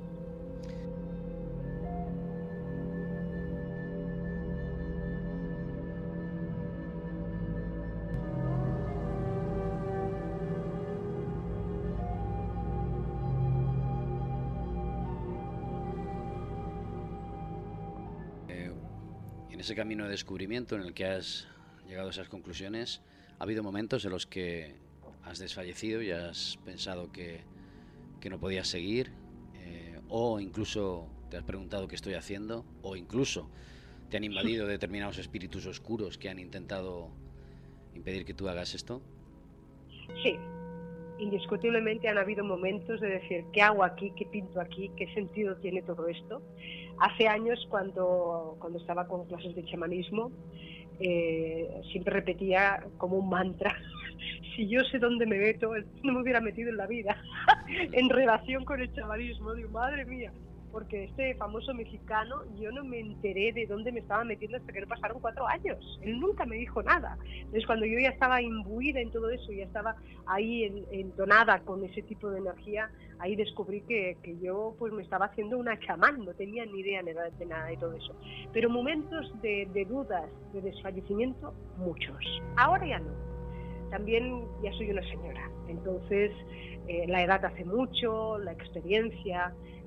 Speaker 1: En ese camino de descubrimiento en el que has llegado a esas conclusiones, ¿ha habido momentos en los que has desfallecido y has pensado que, que no podías seguir? Eh, o incluso te has preguntado qué estoy haciendo, o incluso te han invadido determinados espíritus oscuros que han intentado impedir que tú hagas esto?
Speaker 3: Sí, indiscutiblemente han habido momentos de decir, ¿qué hago aquí? ¿Qué pinto aquí? ¿Qué sentido tiene todo esto? Hace años, cuando, cuando estaba con clases de chamanismo, eh, siempre repetía como un mantra, si yo sé dónde me meto, no me hubiera metido en la vida, en relación con el chamanismo. Digo, madre mía, porque este famoso mexicano, yo no me enteré de dónde me estaba metiendo hasta que no pasaron cuatro años. Él nunca me dijo nada. Entonces, cuando yo ya estaba imbuida en todo eso, ya estaba ahí en, entonada con ese tipo de energía, ahí descubrí que, que yo pues me estaba haciendo una chamán, no tenía ni idea de nada de, nada de todo eso. Pero momentos de, de dudas, de desfallecimiento, muchos. Ahora ya no. También ya soy una señora, entonces eh, la edad hace mucho, la experiencia,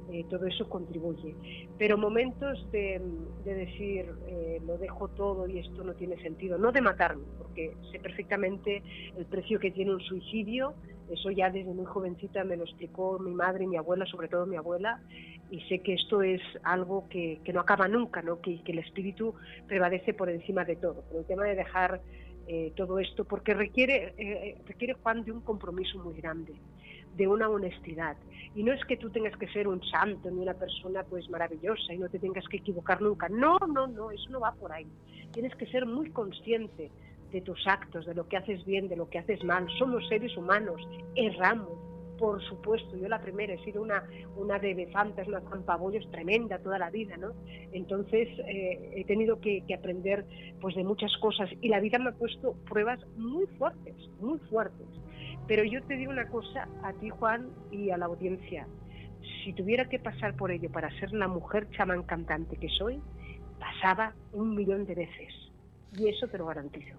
Speaker 3: eh, todo eso contribuye. Pero momentos de, de decir, eh, lo dejo todo y esto no tiene sentido, no de matarme, porque sé perfectamente el precio que tiene un suicidio. Eso ya desde muy jovencita me lo explicó mi madre y mi abuela, sobre todo mi abuela, y sé que esto es algo que, que no acaba nunca, ¿no? Que, que el espíritu prevalece por encima de todo. Pero el tema de dejar eh, todo esto, porque requiere, eh, requiere, Juan, de un compromiso muy grande, de una honestidad. Y no es que tú tengas que ser un santo ni una persona pues maravillosa y no te tengas que equivocar nunca. No, no, no, eso no va por ahí. Tienes que ser muy consciente de tus actos, de lo que haces bien, de lo que haces mal. Somos seres humanos, erramos, por supuesto. Yo la primera he sido una, una de befantas, una zampabollos tremenda toda la vida, ¿no? Entonces eh, he tenido que, que aprender pues de muchas cosas y la vida me ha puesto pruebas muy fuertes, muy fuertes. Pero yo te digo una cosa a ti, Juan, y a la audiencia. Si tuviera que pasar por ello para ser la mujer chamán cantante que soy, pasaba un millón de veces. Y eso te lo garantizo.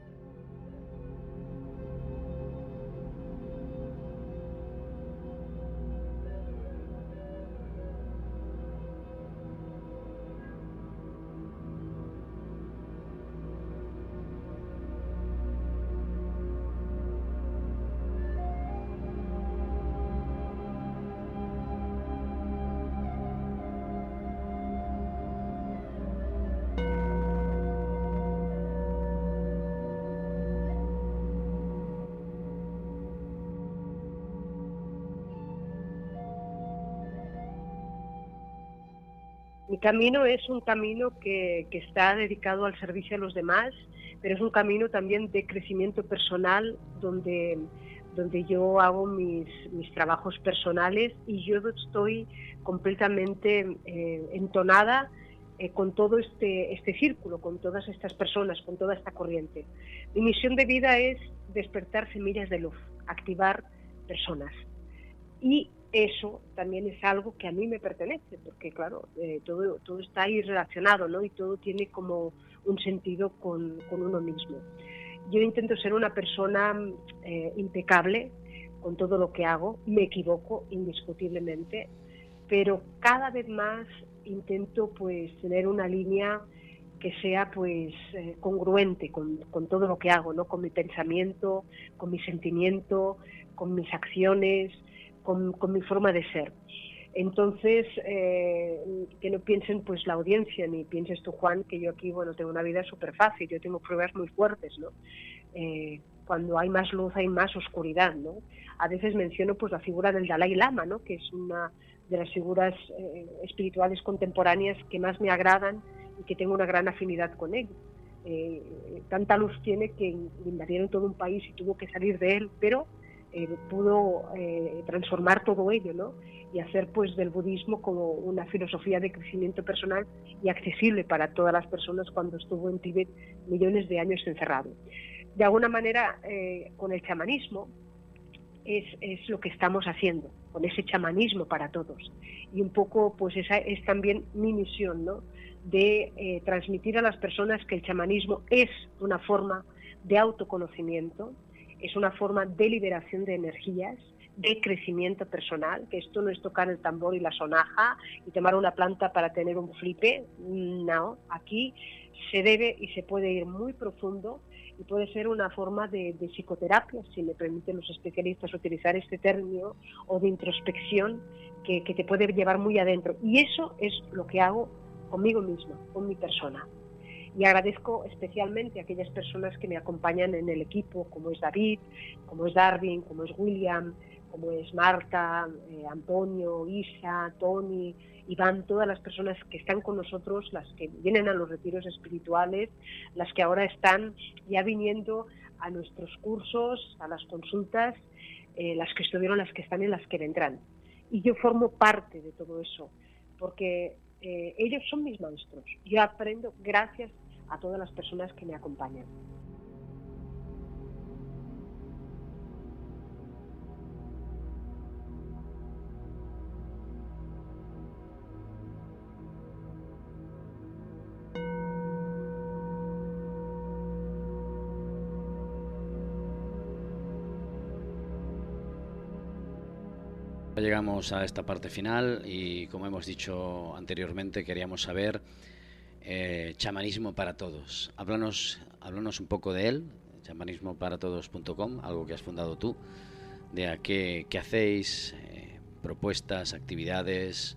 Speaker 3: Mi camino es un camino que, que está dedicado al servicio a los demás, pero es un camino también de crecimiento personal, donde, donde yo hago mis, mis trabajos personales y yo estoy completamente eh, entonada eh, con todo este, este círculo, con todas estas personas, con toda esta corriente. Mi misión de vida es despertar semillas de luz, activar personas. Y eso también es algo que a mí me pertenece, porque claro, eh, todo, todo está ahí relacionado, ¿no? Y todo tiene como un sentido con, con uno mismo. Yo intento ser una persona eh, impecable con todo lo que hago, me equivoco indiscutiblemente, pero cada vez más intento pues tener una línea que sea pues eh, congruente con, con todo lo que hago, ¿no? Con mi pensamiento, con mi sentimiento, con mis acciones, Con, con mi forma de ser. Entonces, eh, que no piensen pues la audiencia, ni pienses tú, Juan, que yo aquí, bueno, tengo una vida súper fácil, yo tengo pruebas muy fuertes, ¿no? Eh, cuando hay más luz hay más oscuridad, ¿no? A veces menciono pues la figura del Dalai Lama, ¿no? Que es una de las figuras eh, espirituales contemporáneas que más me agradan y que tengo una gran afinidad con él. Eh, tanta luz tiene que invadieron todo un país y tuvo que salir de él, pero Eh, pudo eh, transformar todo ello, ¿no? Y hacer pues del budismo como una filosofía de crecimiento personal y accesible para todas las personas cuando estuvo en Tíbet millones de años encerrado. De alguna manera, eh, con el chamanismo es, es lo que estamos haciendo, con ese chamanismo para todos. Y un poco pues esa es también mi misión, ¿no? De eh, transmitir a las personas que el chamanismo es una forma de autoconocimiento, es una forma de liberación de energías, de crecimiento personal, que esto no es tocar el tambor y la sonaja y tomar una planta para tener un flipe, no, aquí se debe y se puede ir muy profundo y puede ser una forma de, de psicoterapia, si me permiten los especialistas utilizar este término, o de introspección que, que te puede llevar muy adentro. Y eso es lo que hago conmigo misma, con mi persona. Y agradezco especialmente a aquellas personas que me acompañan en el equipo, como es David, como es Darwin, como es William, como es Marta, eh, Antonio, Isa, Tony, Iván, todas las personas que están con nosotros, las que vienen a los retiros espirituales, las que ahora están ya viniendo a nuestros cursos, a las consultas, eh, las que estuvieron, las que están y las que vendrán. Y yo formo parte de todo eso, porque eh, ellos son mis maestros. Yo aprendo gracias a todas las personas que me acompañan.
Speaker 1: Llegamos a esta parte final y, como hemos dicho anteriormente, queríamos saber eh, chamanismo para todos. Háblanos, háblanos un poco de él, chamanismo para todos punto com, algo que has fundado tú, de a qué, qué hacéis, eh, propuestas, actividades.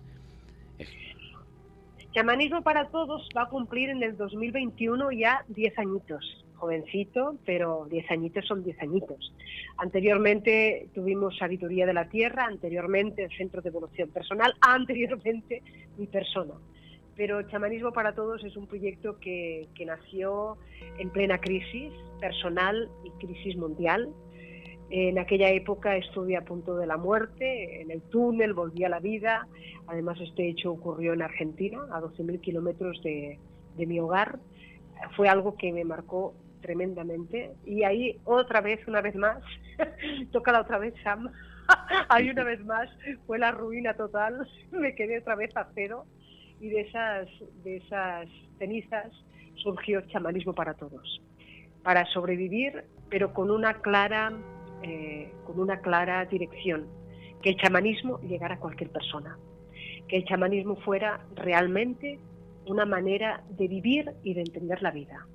Speaker 3: Chamanismo para Todos va a cumplir en el dos mil veintiuno ya diez añitos. Jovencito, pero diez añitos son diez añitos. Anteriormente tuvimos Sabiduría de la Tierra, anteriormente el Centro de Evolución Personal, anteriormente mi persona. Pero Chamanismo para Todos es un proyecto que, que nació en plena crisis personal y crisis mundial. En aquella época estuve a punto de la muerte, en el túnel, volví a la vida. Además, este hecho ocurrió en Argentina, a doce mil kilómetros de, de mi hogar. Fue algo que me marcó tremendamente. Y ahí, otra vez, una vez más, tócala otra vez, Sam, ahí una vez más fue la ruina total. Me quedé otra vez a cero. Y de esas, de esas cenizas surgió Chamanismo para Todos. Para sobrevivir, pero con una clara... Eh, con una clara dirección, que el chamanismo llegara a cualquier persona, que el chamanismo fuera realmente una manera de vivir y de entender la vida.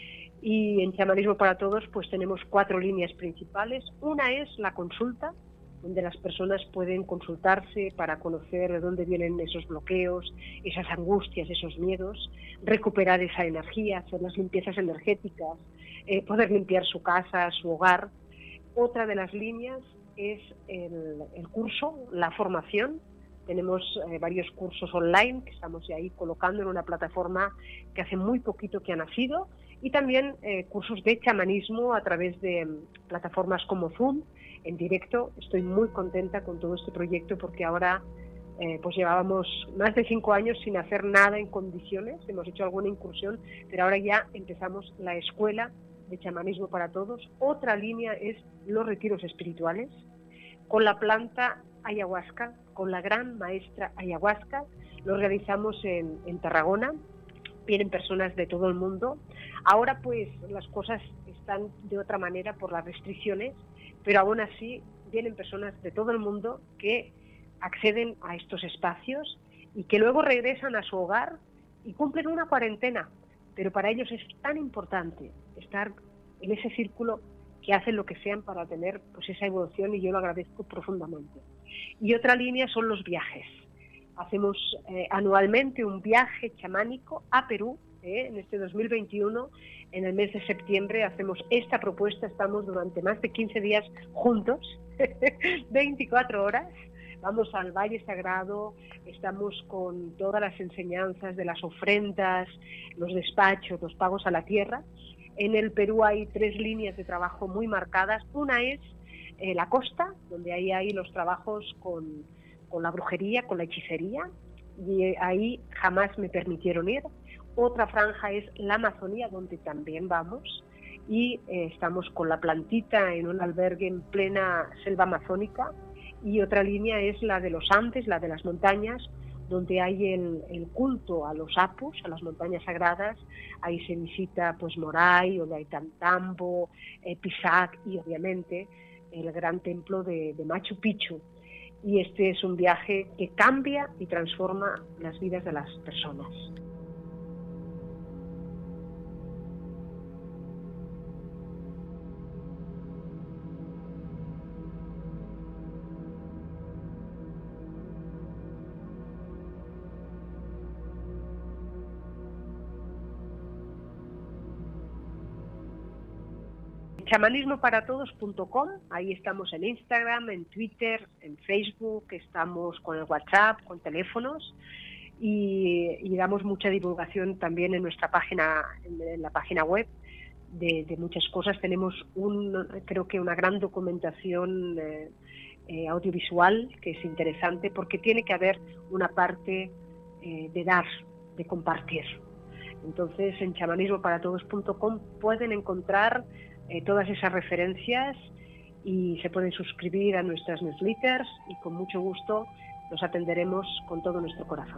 Speaker 3: Y en Chamanismo para Todos pues tenemos cuatro líneas principales. Una es la consulta, donde las personas pueden consultarse para conocer de dónde vienen esos bloqueos, esas angustias, esos miedos, recuperar esa energía, hacer las limpiezas energéticas, eh, poder limpiar su casa, su hogar. Otra de las líneas es el, el curso, la formación. Tenemos eh, varios cursos online que estamos ahí colocando en una plataforma que hace muy poquito que ha nacido, y también eh, cursos de chamanismo a través de um, plataformas como Zoom, en directo. Estoy muy contenta con todo este proyecto porque ahora eh, pues llevábamos más de cinco años sin hacer nada en condiciones, hemos hecho alguna incursión, pero ahora ya empezamos la escuela de Chamanismo para Todos. Otra línea es los retiros espirituales con la planta ayahuasca, con la gran maestra ayahuasca. Lo realizamos en, en Tarragona, vienen personas de todo el mundo. Ahora pues las cosas están de otra manera por las restricciones, pero aún así vienen personas de todo el mundo que acceden a estos espacios y que luego regresan a su hogar y cumplen una cuarentena. Pero para ellos es tan importante estar en ese círculo que hacen lo que sean para tener pues esa evolución, y yo lo agradezco profundamente. Y otra línea son los viajes. Hacemos eh, anualmente un viaje chamánico a Perú, eh, en este dos mil veintiuno, en el mes de septiembre hacemos esta propuesta, estamos durante más de quince días juntos, veinticuatro horas. Vamos al Valle Sagrado, estamos con todas las enseñanzas de las ofrendas, los despachos, los pagos a la tierra. En el Perú hay tres líneas de trabajo muy marcadas. Una es eh, la costa, donde ahí hay los trabajos con, con la brujería, con la hechicería, y ahí jamás me permitieron ir. Otra franja es la Amazonía, donde también vamos, y eh, estamos con la plantita en un albergue en plena selva amazónica. Y otra línea es la de los Andes, la de las montañas, donde hay el, el culto a los apus, a las montañas sagradas. Ahí se visita pues Moray, Ollantaytambo, eh, Pisac y obviamente el gran templo de, de Machu Picchu. Y este es un viaje que cambia y transforma las vidas de las personas. chamanismo para todos punto com, ahí estamos en Instagram, en Twitter, en Facebook, estamos con el WhatsApp, con teléfonos, y, y damos mucha divulgación también en nuestra página, en, en la página web de, de muchas cosas. Tenemos un, creo que una gran documentación eh, eh, audiovisual que es interesante porque tiene que haber una parte eh, de dar, de compartir. Entonces en chamanismo para todos punto com pueden encontrar Eh, todas esas referencias y se pueden suscribir a nuestras newsletters, y con mucho gusto los atenderemos con todo nuestro corazón.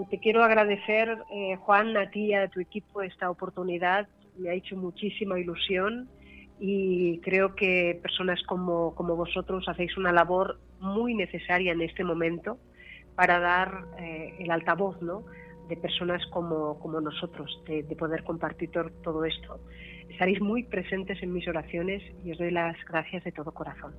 Speaker 3: te quiero agradecer, eh, Juan, a ti y a tu equipo esta oportunidad. Me ha hecho muchísima ilusión y creo que personas como, como vosotros hacéis una labor muy necesaria en este momento para dar eh, el altavoz, ¿no?, de personas como, como nosotros, de, de poder compartir to- todo esto. Estaréis muy presentes en mis oraciones y os doy las gracias de todo corazón.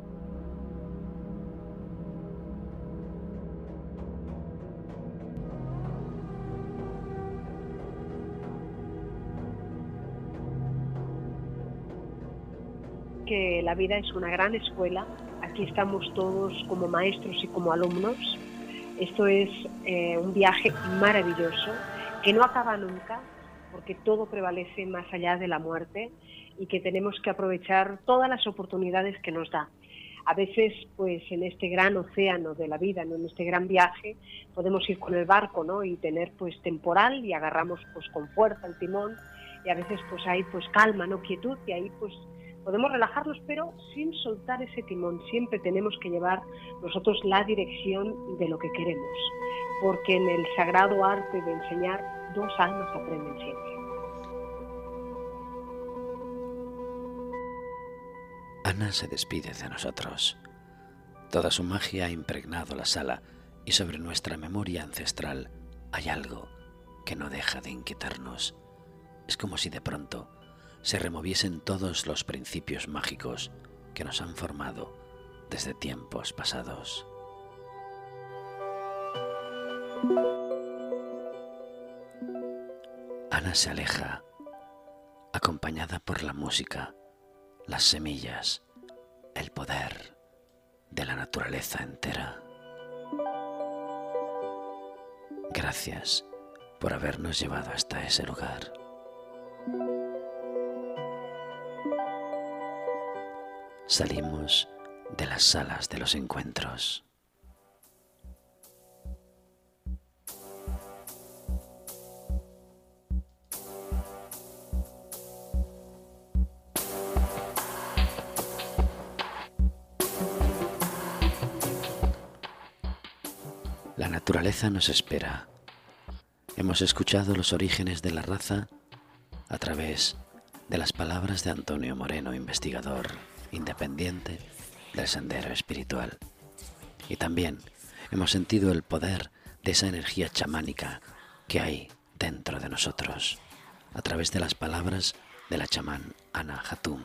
Speaker 3: Que la vida es una gran escuela, aquí estamos todos como maestros y como alumnos. Esto es eh, un viaje maravilloso que no acaba nunca, porque todo prevalece más allá de la muerte y que tenemos que aprovechar todas las oportunidades que nos da. A veces, pues en este gran océano de la vida, ¿no?, en este gran viaje, podemos ir con el barco, ¿no?, y tener pues temporal y agarramos pues con fuerza el timón, y a veces pues hay pues calma, ¿no?, quietud, y ahí pues podemos relajarnos, pero sin soltar ese timón. Siempre tenemos que llevar nosotros la dirección de lo que queremos, porque en el sagrado arte de enseñar, dos almas aprenden siempre.
Speaker 1: Ana se despide de nosotros. Toda su magia ha impregnado la sala y sobre nuestra memoria ancestral hay algo que no deja de inquietarnos. Es como si de pronto se removiesen todos los principios mágicos que nos han formado desde tiempos pasados. Ana se aleja, acompañada por la música, las semillas, el poder de la naturaleza entera. Gracias por habernos llevado hasta ese lugar. Salimos de las salas de los encuentros. La naturaleza nos espera. Hemos escuchado los orígenes de la raza a través de las palabras de Antonio Moreno, investigador independiente del sendero espiritual. Y también hemos sentido el poder de esa energía chamánica que hay dentro de nosotros, a través de las palabras de la chamán Ana Hatum.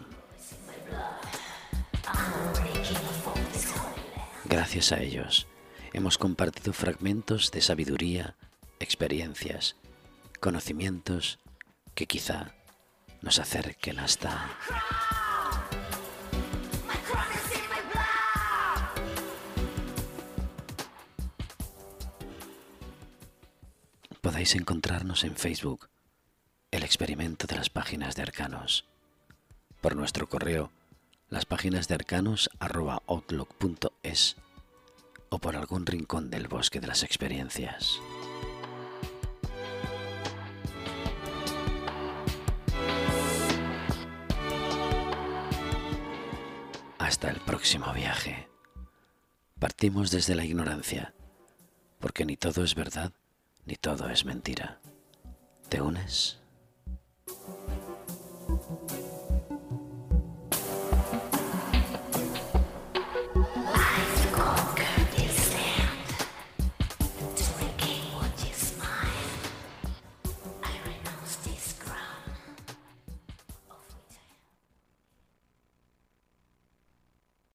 Speaker 1: Gracias a ellos hemos compartido fragmentos de sabiduría, experiencias, conocimientos que quizá nos acerquen hasta podéis encontrarnos en Facebook, El Experimento de las Páginas de Arcanos, por nuestro correo, laspáginasdearcanos arroba outlook punto es, o por algún rincón del bosque de las experiencias. Hasta el próximo viaje. Partimos desde la ignorancia, porque ni todo es verdad, ni todo es mentira. ¿Te unes?